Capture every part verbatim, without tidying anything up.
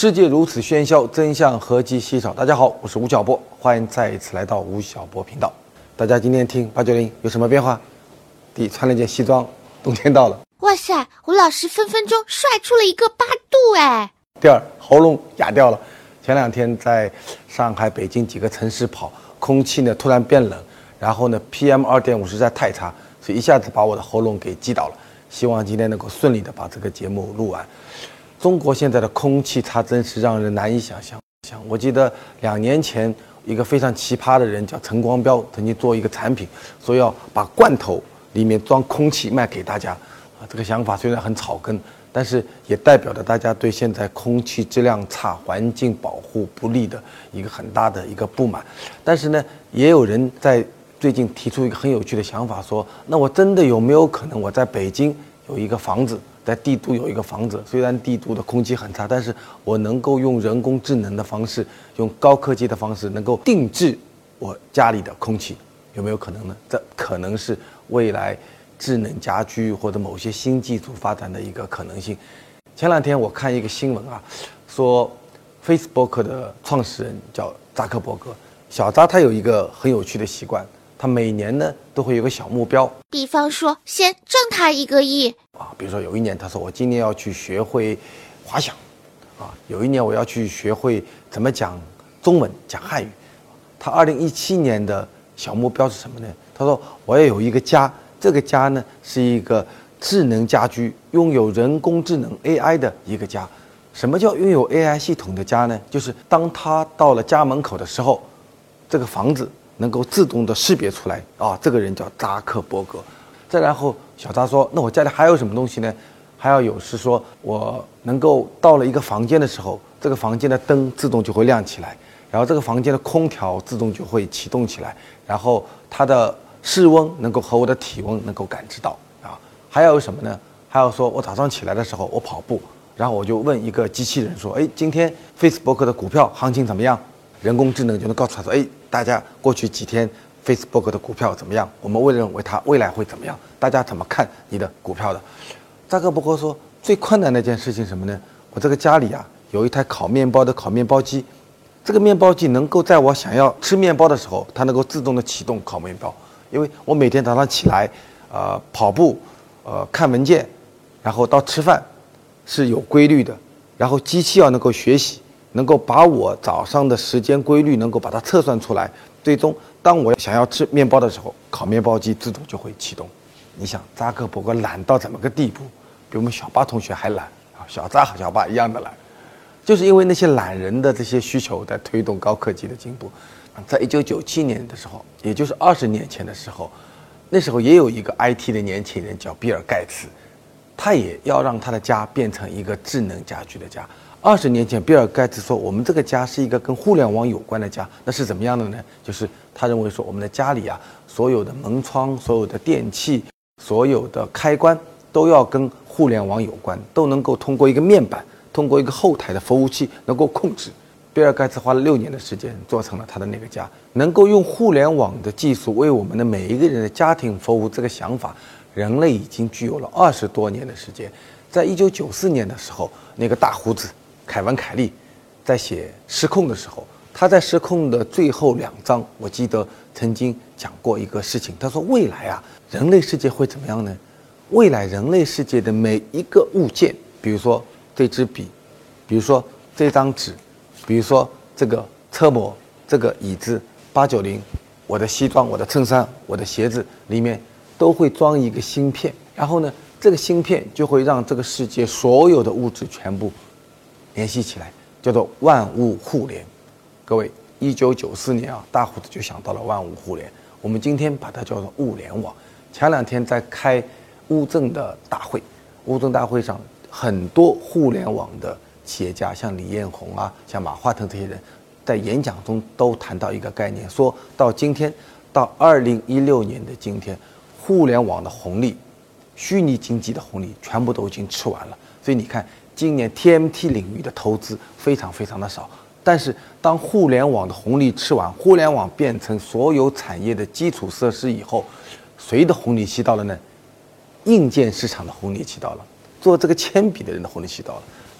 世界如此喧嚣，真相何其稀少。大家好，我是吴晓波，欢迎再一次来到吴晓波频道。大家今天听八九零有什么变化？第一，穿了件西装，冬天到了。 哇塞，吴老师分分钟帅出了一个八度哎。 第二，喉咙哑掉了。前两天在上海、北京几个城市跑，空气呢突然变冷，然后呢 P M 二点五 实在太差，所以一下子把我的喉咙给击倒了。希望今天能够顺利的把这个节目录完。中国现在的空气差真是让人难以想象。我记得两年前一个非常奇葩的人叫陈光标，曾经做一个产品，说要把罐头里面装空气卖给大家。啊，这个想法虽然很草根，但是也代表着大家对现在空气质量差、环境保护不利的一个很大的一个不满。但是呢，也有人在最近提出一个很有趣的想法，说那我真的有没有可能我在北京有一个房子，在帝都有一个房子，虽然帝都的空气很差，但是我能够用人工智能的方式，用高科技的方式，能够定制我家里的空气，有没有可能呢？这可能是未来智能家居或者某些新技术发展的一个可能性。前两天我看一个新闻啊，说 Facebook 的创始人叫扎克伯格，小扎他有一个很有趣的习惯，他每年呢都会有个小目标， 比方说先挣他一个亿啊，比如说有一年他说我今年要去学会滑翔，啊，有一年我要去学会怎么讲中文，讲汉语。他二零一七年的小目标是什么呢？他说我要有一个家，这个家呢是一个智能家居，拥有人工智能 A I 的一个家。什么叫拥有 A I 系统的家呢？就是当他到了家门口的时候，这个房子能够自动的识别出来啊，这个人叫扎克伯格。再然后小扎说，那我家里还有什么东西呢？还要有是说我能够到了一个房间的时候，这个房间的灯自动就会亮起来，然后这个房间的空调自动就会启动起来，然后它的室温能够和我的体温能够感知到啊。还要有什么呢？还要说我早上起来的时候我跑步，然后我就问一个机器人说，哎，今天 Facebook 的股票行情怎么样？人工智能就能告诉他说，哎，大家过去几天 Facebook 的股票怎么样？我们会认为它未来会怎么样？大家怎么看你的股票的？扎克伯格说，最困难的一件事情什么呢？我这个家里啊有一台烤面包的烤面包机，这个面包机能够在我想要吃面包的时候，它能够自动的启动烤面包。因为我每天早上起来，呃，跑步，呃，看文件，然后到吃饭，是有规律的。然后机器要能够学习，能够把我早上的时间规律能够把它测算出来。最终，当我想要吃面包的时候，烤面包机自动就会启动。你想，扎克伯格懒到怎么个地步？比我们小巴同学还懒啊，小扎和小巴一样的懒，就是因为那些懒人的这些需求在推动高科技的进步。在一九九七年的时候，也就是二十年前的时候，那时候也有一个 I T 的年轻人叫比尔盖茨，他也要让他的家变成一个智能家居的家。二十年前，比尔盖茨说，我们这个家是一个跟互联网有关的家。那是怎么样的呢？就是他认为说，我们的家里啊，所有的门窗、所有的电器、所有的开关都要跟互联网有关，都能够通过一个面板，通过一个后台的服务器能够控制。比尔盖茨花了六年的时间做成了他的那个家，能够用互联网的技术为我们的每一个人的家庭服务。这个想法，人类已经具有了二十多年的时间。在一九九四年的时候，那个大胡子凯文·凯利在写《失控》的时候，他在《失控》的最后两章，我记得曾经讲过一个事情。他说，未来啊，人类世界会怎么样呢？未来人类世界的每一个物件，比如说这支笔，比如说这张纸，比如说这个车模，这个椅子，八九零，我的西装，我的衬衫，我的鞋子，里面都会装一个芯片。然后呢，这个芯片就会让这个世界所有的物质全部联系起来，叫做万物互联。各位，一九九四年啊，大胡子就想到了万物互联，我们今天把它叫做物联网。前两天在开乌镇的大会，乌镇大会上很多互联网的企业家，像李彦宏啊，像马化腾这些人，在演讲中都谈到一个概念，说到今天，到二零一六年的今天，互联网的红利、虚拟经济的红利全部都已经吃完了。所以你看，今年 T M T 领域的投资非常非常的少。但是当互联网的红利吃完，互联网变成所有产业的基础设施以后，谁的红利期到了呢？硬件市场的红利期到了，做这个铅笔的人的红利期到了。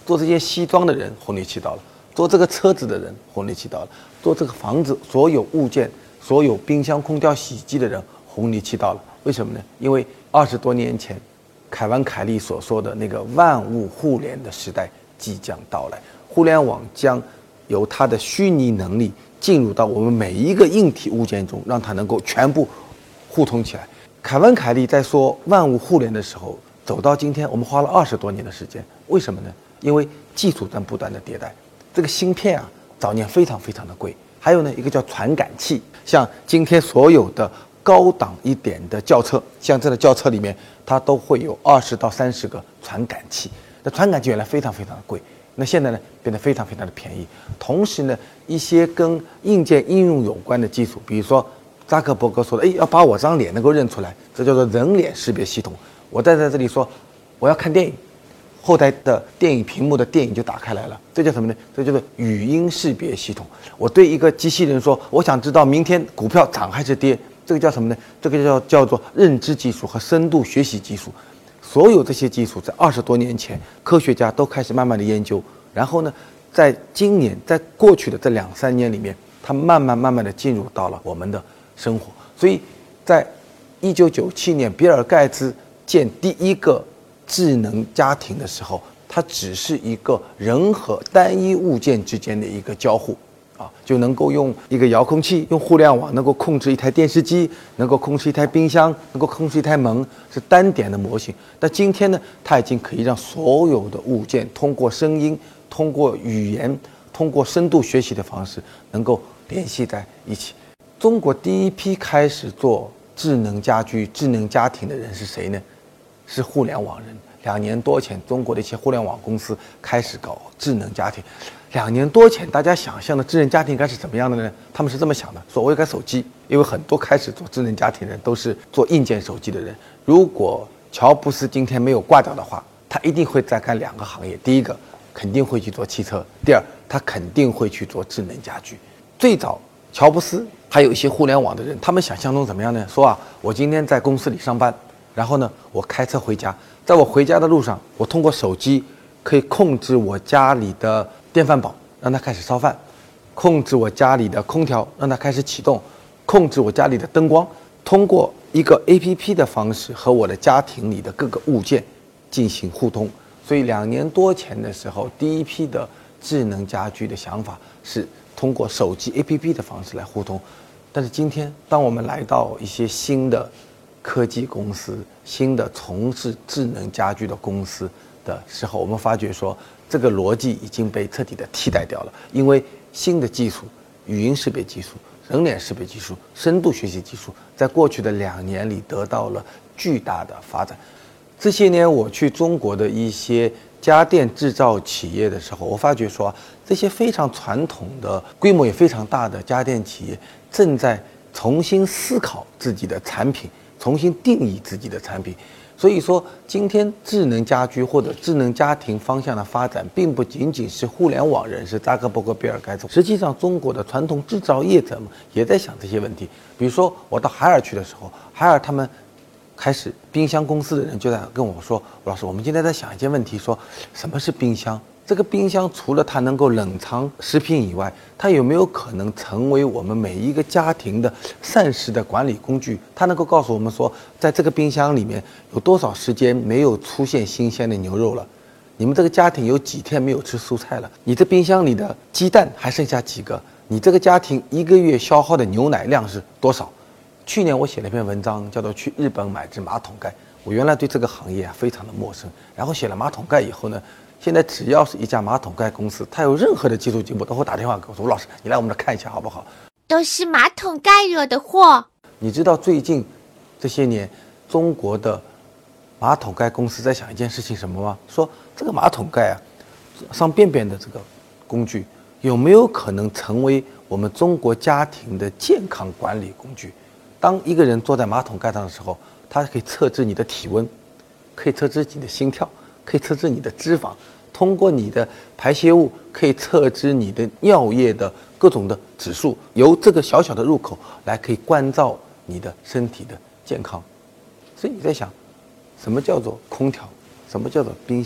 做这件西装的人红利期到了，做这个车子的人红利期到了，做这个房子所有物件、所有冰箱、空调、洗衣机的人红利期到了。为什么呢？因为二十多年前，凯文·凯利所说的那个万物互联的时代即将到来，互联网将由它的虚拟能力进入到我们每一个硬体物件中，让它能够全部互通起来。凯文·凯利在说万物互联的时候，走到今天，我们花了二十多年的时间。为什么呢？因为技术在不断的迭代。这个芯片啊，早年非常非常的贵。还有呢，一个叫传感器，像今天所有的高档一点的轿车，像这样的轿车里面，它都会有二十到三十个传感器。那传感器原来非常非常的贵，那现在呢变得非常非常的便宜。同时呢，一些跟硬件应用有关的技术，比如说扎克伯格说的，哎，要把我张脸能够认出来，这叫做人脸识别系统。我站在这里说，我要看电影，后台的电影屏幕的电影就打开来了，这叫什么呢？这叫做语音识别系统。我对一个机器人说，我想知道明天股票涨还是跌，这个叫什么呢？这个叫叫做认知技术和深度学习技术。所有这些技术在二十多年前，科学家都开始慢慢的研究，然后呢，在今年，在过去的这两三年里面，它慢慢慢慢的进入到了我们的生活。所以，在一九九七年，比尔盖茨建第一个智能家庭的时候，它只是一个人和单一物件之间的一个交互。啊，就能够用一个遥控器，用互联网能够控制一台电视机，能够控制一台冰箱，能够控制一台门，是单点的模型。但今天呢，它已经可以让所有的物件通过声音、通过语言、通过深度学习的方式，能够联系在一起。中国第一批开始做智能家居、智能家庭的人是谁呢？是互联网人。两年多前，中国的一些互联网公司开始搞智能家庭。两年多前，大家想象的智能家庭该是怎么样的呢？他们是这么想的：说我有个手机，因为很多开始做智能家庭的人都是做硬件手机的人。如果乔布斯今天没有挂掉的话，他一定会再干两个行业。第一个，肯定会去做汽车；第二，他肯定会去做智能家居。最早，乔布斯还有一些互联网的人，他们想象中怎么样呢？说啊，我今天在公司里上班，然后呢，我开车回家，在我回家的路上，我通过手机可以控制我家里的电饭煲，让它开始烧饭；控制我家里的空调，让它开始启动；控制我家里的灯光，通过一个 A P P 的方式和我的家庭里的各个物件进行互通。所以两年多前的时候，第一批的智能家居的想法是通过手机 A P P 的方式来互通。但是今天，当我们来到一些新的科技公司、新的从事智能家居的公司的时候，我们发觉说，这个逻辑已经被彻底的替代掉了。因为新的技术，语音识别技术、人脸识别技术、深度学习技术，在过去的两年里得到了巨大的发展。这些年我去中国的一些家电制造企业的时候，我发觉说，这些非常传统的、规模也非常大的家电企业正在重新思考自己的产品，重新定义自己的产品。所以说，今天智能家居或者智能家庭方向的发展，并不仅仅是互联网人士扎克伯格、比尔盖茨，实际上中国的传统制造业者们也在想这些问题。比如说，我到海尔去的时候，海尔他们开始冰箱公司的人就在跟我说：“老师，我们今天在想一件问题，说什么是冰箱？这个冰箱除了它能够冷藏食品以外，它有没有可能成为我们每一个家庭的膳食的管理工具？它能够告诉我们说，在这个冰箱里面有多少时间没有出现新鲜的牛肉了？你们这个家庭有几天没有吃蔬菜了？你这冰箱里的鸡蛋还剩下几个？你这个家庭一个月消耗的牛奶量是多少？”去年我写了一篇文章，叫做《去日本买只马桶盖》。我原来对这个行业啊非常的陌生，然后写了马桶盖以后呢，现在只要是一家马桶盖公司，它有任何的技术进步，都会打电话给我说：“吴老师，你来我们这看一下好不好？” 都是马桶盖惹的祸。 你知道最近这些年中国的马桶盖公司在想一件事情什么吗？说这个马桶盖啊，上便便的这个工具有没有可能成为我们中国家庭的健康管理工具？当一个人坐在马桶盖上的时候，它可以测知你的体温，可以测知你的心跳，可以测知你的脂肪，通过你的排泄物可以测知你的尿液的各种的指数，由这个小小的入口来可以关照你的身体的健康。所以你在想，什么叫做空调？什么叫做冰箱？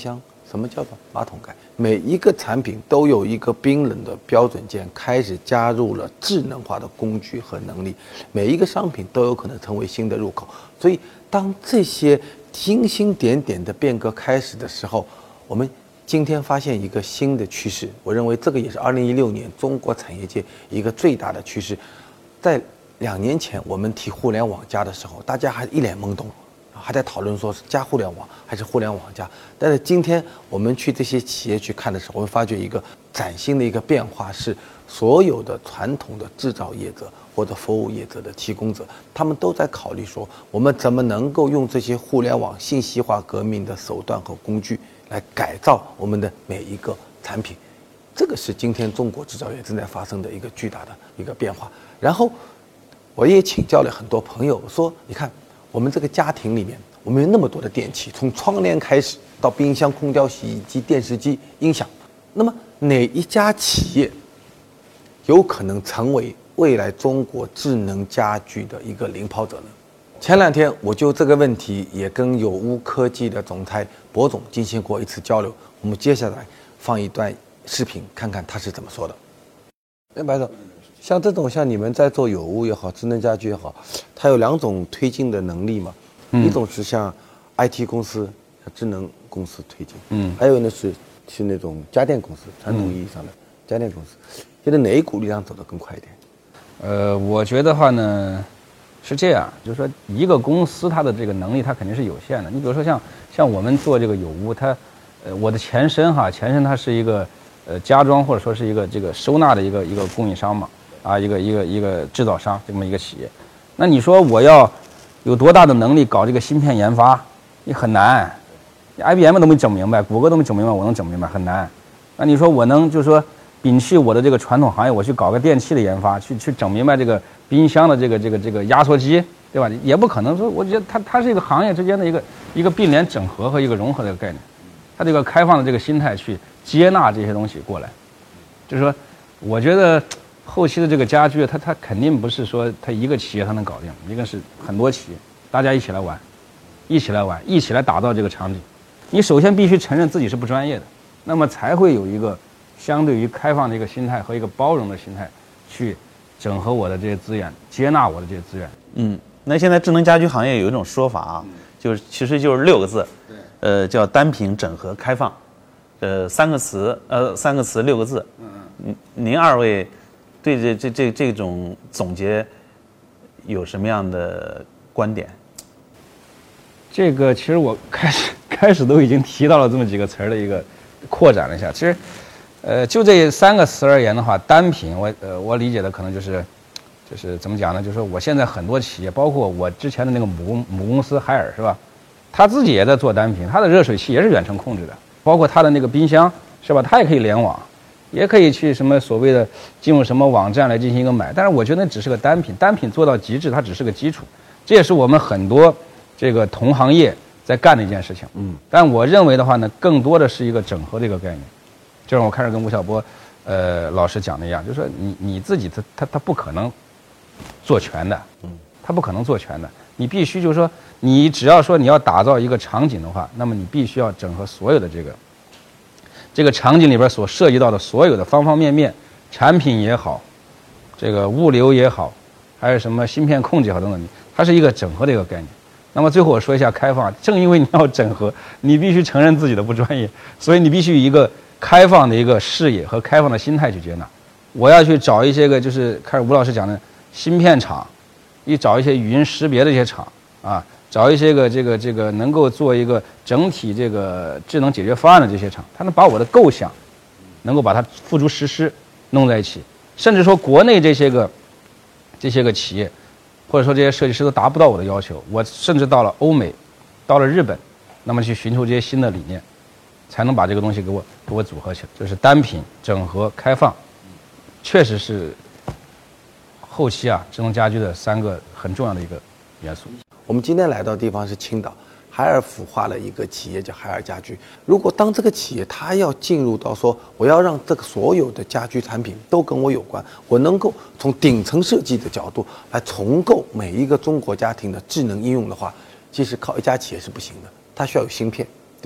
什么叫做马桶盖？每一个产品都有一个冰冷的标准件，开始加入了智能化的工具和能力。每一个商品都有可能成为新的入口。所以，当这些星星点点的变革开始的时候，我们今天发现一个新的趋势。我认为这个也是二零一六年中国产业界一个最大的趋势。在两年前我们提互联网加的时候，大家还一脸懵懂。还在讨论说是加互联网还是互联网加，但是今天我们去这些企业去看的时候，我们发觉一个崭新的一个变化是，所有的传统的制造业者或者服务业者的提供者，他们都在考虑说，我们怎么能够用这些互联网信息化革命的手段和工具来改造我们的每一个产品。这个是今天中国制造业正在发生的一个巨大的一个变化。然后我也请教了很多朋友说，你看我们这个家庭里面，我们有那么多的电器，从窗帘开始到冰箱、空调、洗衣机、电视机、音响，那么哪一家企业有可能成为未来中国智能家居的一个领跑者呢？前两天我就这个问题也跟有屋科技的总裁博总进行过一次交流，我们接下来放一段视频，看看他是怎么说的。哎，白总，像这种像你们在做有屋也好，智能家居也好，它有两种推进的能力嘛。嗯、一种是像 I T 公司、智能公司推进，嗯，还有呢是是那种家电公司，传统意义上的家电公司。觉得哪一股力量走得更快一点？ 呃，我觉得话呢是这样，就是说一个公司它的这个能力它肯定是有限的。你比如说像像我们做这个有屋，它呃我的前身哈，前身它是一个呃家装或者说是一个这个收纳的一个一个供应商嘛。啊，一个一个一个制造商这么一个企业，那你说我要有多大的能力搞这个芯片研发？你很难 ，I B M 都没整明白，谷歌都没整明白，我能整明白很难。那你说我能就是说摒弃我的这个传统行业，我去搞个电器的研发，去去整明白这个冰箱的这个这个这个压缩机，对吧？也不可能说，我觉得它它是一个行业之间的一个一个并联整合和一个融合的一个概念，它这个开放的这个心态去接纳这些东西过来，就是说，我觉得。后期的这个家居，它它肯定不是说它一个企业它能搞定，一个是很多企业，大家一起来玩，一起来玩，一起来打造这个场景。你首先必须承认自己是不专业的，那么才会有一个相对于开放的一个心态和一个包容的心态，去整合我的这些资源，接纳我的这些资源。 嗯，那现在智能家居行业有一种说法啊，就是其实就是六个字，呃，叫单品、整合、开放，呃，三个词，呃，三个词六个字。嗯嗯，您二位。对这这这这种总结有什么样的观点？ 这个其实我开始开始都已经提到了这么几个词儿的一个扩展了一下。其实，呃，就这三个词而言的话，单品我呃我理解的可能就是就是怎么讲呢？就是说我现在很多企业，包括我之前的那个母母公司海尔是吧？他自己也在做单品，他的热水器也是远程控制的，包括他的那个冰箱是吧？它也可以联网。也可以去什么所谓的进入什么网站来进行一个买，但是我觉得那只是个单品，单品做到极致，它只是个基础，这也是我们很多这个同行业在干的一件事情。嗯，但我认为的话呢，更多的是一个整合的一个概念，就像我开始跟吴晓波，呃老师讲的一样，就是说你你自己他他他不可能做全的，嗯，他不可能做全的，你必须就是说，你只要说你要打造一个场景的话，那么你必须要整合所有的这个。这个场景里边所涉及到的所有的方方面面，产品也好，这个物流也好，还有什么芯片控制也好等等，它是一个整合的一个概念。那么最后我说一下开放，正因为你要整合，你必须承认自己的不专业，所以你必须以一个开放的一个视野和开放的心态去接纳。我要去找一些个，就是开始吴老师讲的芯片厂，一找一些语音识别的这些厂啊。找一些个这个这个能够做一个整体这个智能解决方案的这些厂，他能把我的构想，能够把它付诸实施，弄在一起。甚至说国内这些个这些个企业，或者说这些设计师都达不到我的要求，我甚至到了欧美，到了日本，那么去寻求这些新的理念，才能把这个东西给我给我组合起来。就是单品、整合、开放，确实是后期啊智能家居的三个很重要的一个元素。 我们今天来到的地方是青岛，海尔孵化了一个企业叫海尔家居。如果当这个企业它要进入到说，我要让这个所有的家居产品都跟我有关，我能够从顶层设计的角度来重构每一个中国家庭的智能应用的话，其实靠一家企业是不行的，它需要有芯片，对不对？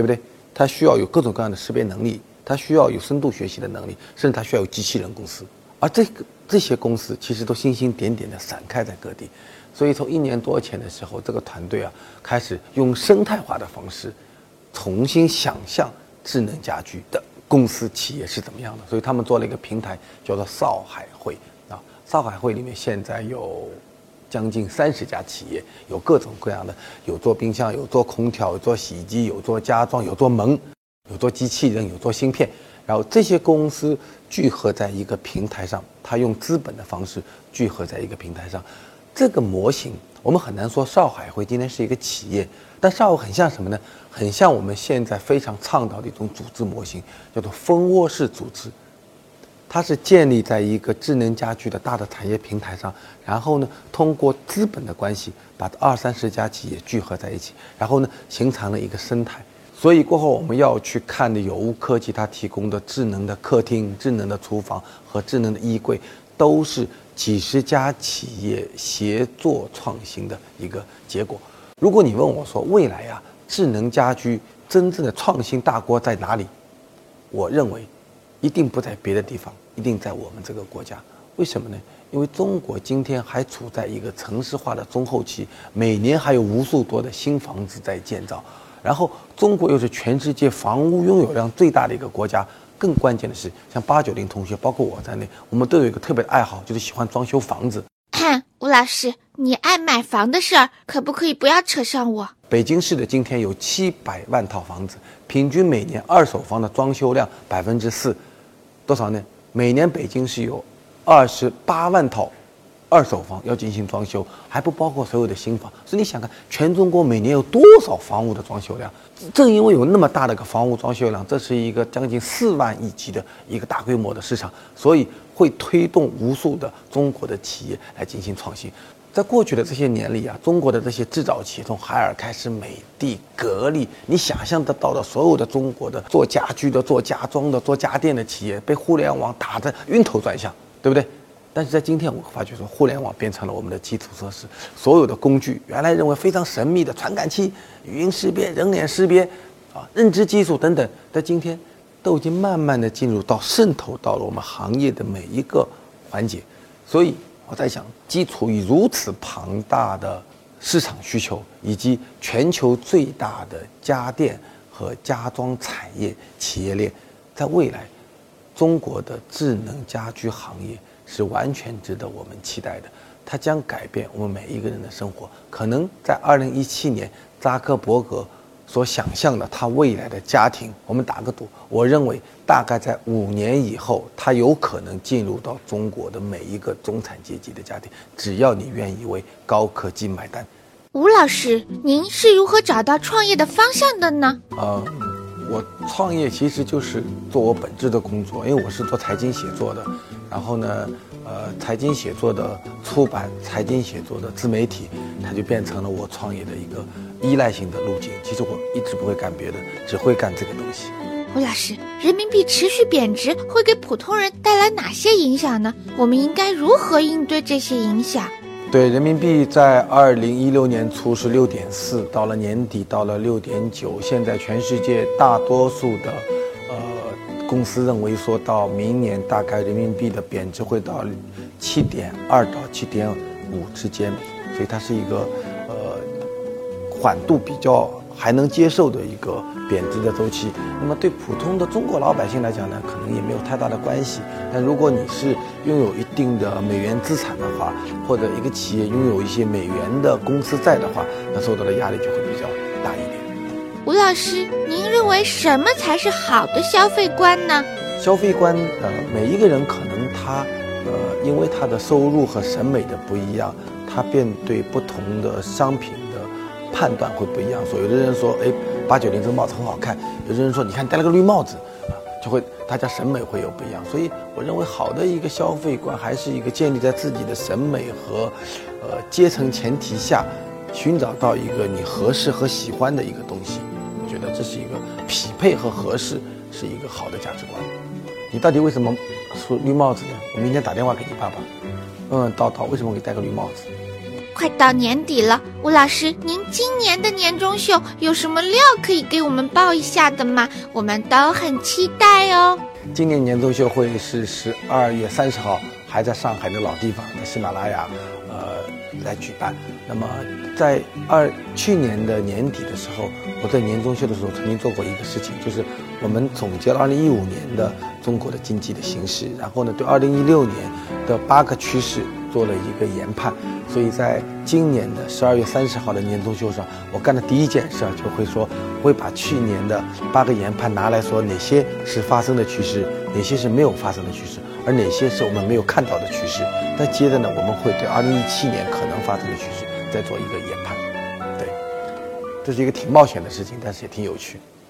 它需要有各种各样的识别能力，它需要有深度学习的能力，甚至它需要有机器人公司。而这个这些公司其实都星星点点的散开在各地。所以从一年多前的时候，这个团队啊开始用生态化的方式重新想象智能家居的公司企业是怎么样的。所以他们做了一个平台，叫做少海会啊。少海会里面现在有将近三十家企业，有各种各样的，有做冰箱，有做空调，有做洗衣机，有做家装，有做门，有做机器人，有做芯片。然后这些公司聚合在一个平台上，它用资本的方式聚合在一个平台上。这个模型我们很难说少海会今天是一个企业，但少海很像什么呢？很像我们现在非常倡导的一种组织模型，叫做蜂窝式组织。它是建立在一个智能家居的大的产业平台上，然后呢，通过资本的关系，把二三十家企业聚合在一起，然后呢，形成了一个生态。所以过后我们要去看的有屋科技它提供的智能的客厅、智能的厨房和智能的衣柜，都是几十家企业协作创新的一个结果。如果你问我说未来啊，智能家居真正的创新大国在哪里？我认为一定不在别的地方，一定在我们这个国家。为什么呢？因为中国今天还处在一个城市化的中后期，每年还有无数多的新房子在建造，然后中国又是全世界房屋拥有量最大的一个国家。更关键的是，像八九零同学，包括我在内，我们都有一个特别的爱好，就是喜欢装修房子。 吴老师，你爱买房的事儿，可不可以不要扯上我？ 北京市的今天有七百万套房子，平均每年二手房的装修量百分之四，多少呢？每年北京市有二十八万套二手房要进行装修，还不包括所有的新房。所以你想看，全中国每年有多少房屋的装修量？正因为有那么大的一个房屋装修量，这是一个将近四万亿级的一个大规模的市场，所以会推动无数的中国的企业来进行创新。在过去的这些年里啊，中国的这些制造企业，从海尔开始，美的、格力，你想象得到的所有的中国的做家居的、做家装的、做家电的企业，被互联网打得晕头转向，对不对？但是在今天，我发觉说，互联网变成了我们的基础设施，所有的工具，原来认为非常神秘的传感器、语音识别、人脸识别，啊，认知技术等等，在今天都已经慢慢的进入到渗透到了我们行业的每一个环节。所以我在想，基础于如此庞大的市场需求，以及全球最大的家电和家装产业企业链，在未来，中国的智能家居行业是完全值得我们期待的，它将改变我们每一个人的生活。可能在二零一七年，扎克伯格所想象的他未来的家庭，我们打个赌，我认为大概在五年以后，他有可能进入到中国的每一个中产阶级的家庭，只要你愿意为高科技买单。 吴老师，您是如何找到创业的方向的呢？ 呃，我创业其实就是做我本质的工作，因为我是做财经写作的，然后呢，呃，财经写作的出版、财经写作的自媒体，它就变成了我创业的一个依赖性的路径。其实我一直不会干别的，只会干这个东西。 吴老师，人民币持续贬值会给普通人带来哪些影响呢？我们应该如何应对这些影响？ 对，人民币在二零一六年初是六点四，到了年底到了六点九，现在全世界大多数的呃公司认为说到明年大概人民币的贬值会到七点二到七点五之间，所以它是一个呃缓度比较还能接受的一个贬值的周期。那么对普通的中国老百姓来讲呢，可能也没有太大的关系。但如果你是拥有一定的美元资产的话，或者一个企业拥有一些美元的公司债的话，那受到的压力就会比较大一点。 吴老师，您认为什么才是好的消费观呢？ 消费观，呃，每一个人可能他，呃，因为他的收入和审美的不一样，他便对不同的商品的判断会不一样。所以有的人说，哎，八九零这个帽子很好看；有的人说，你看戴了个绿帽子，啊，就会大家审美会有不一样。所以我认为好的一个消费观还是一个建立在自己的审美和，呃，阶层前提下，寻找到一个你合适和喜欢的一个东西。我觉得这是一个匹配和合适，是一个好的价值观。你到底为什么说绿帽子呢？我明天打电话给你爸爸，问问叨叨为什么给戴个绿帽子。 快到年底了，吴老师，您今年的年终秀有什么料可以给我们报一下的吗？我们都很期待哦。 今年年终秀会是十二月三十号，还在上海的老地方，在喜马拉雅，呃，来举办。那么在二去年的年底的时候，我在年终秀的时候曾经做过一个事情，就是我们总结了二零一五年的中国的经济的形势，然后呢，对二零一六年的八个趋势做了一个研判。所以在今年的十二月三十号的年终秀上，我干的第一件事就会说，我会把去年的八个研判拿来说，哪些是发生的趋势，哪些是没有发生的趋势，而哪些是我们没有看到的趋势。那接着呢，我们会对二零一七年可能发生的趋势再做一个研判。对，这是一个挺冒险的事情，但是也挺有趣。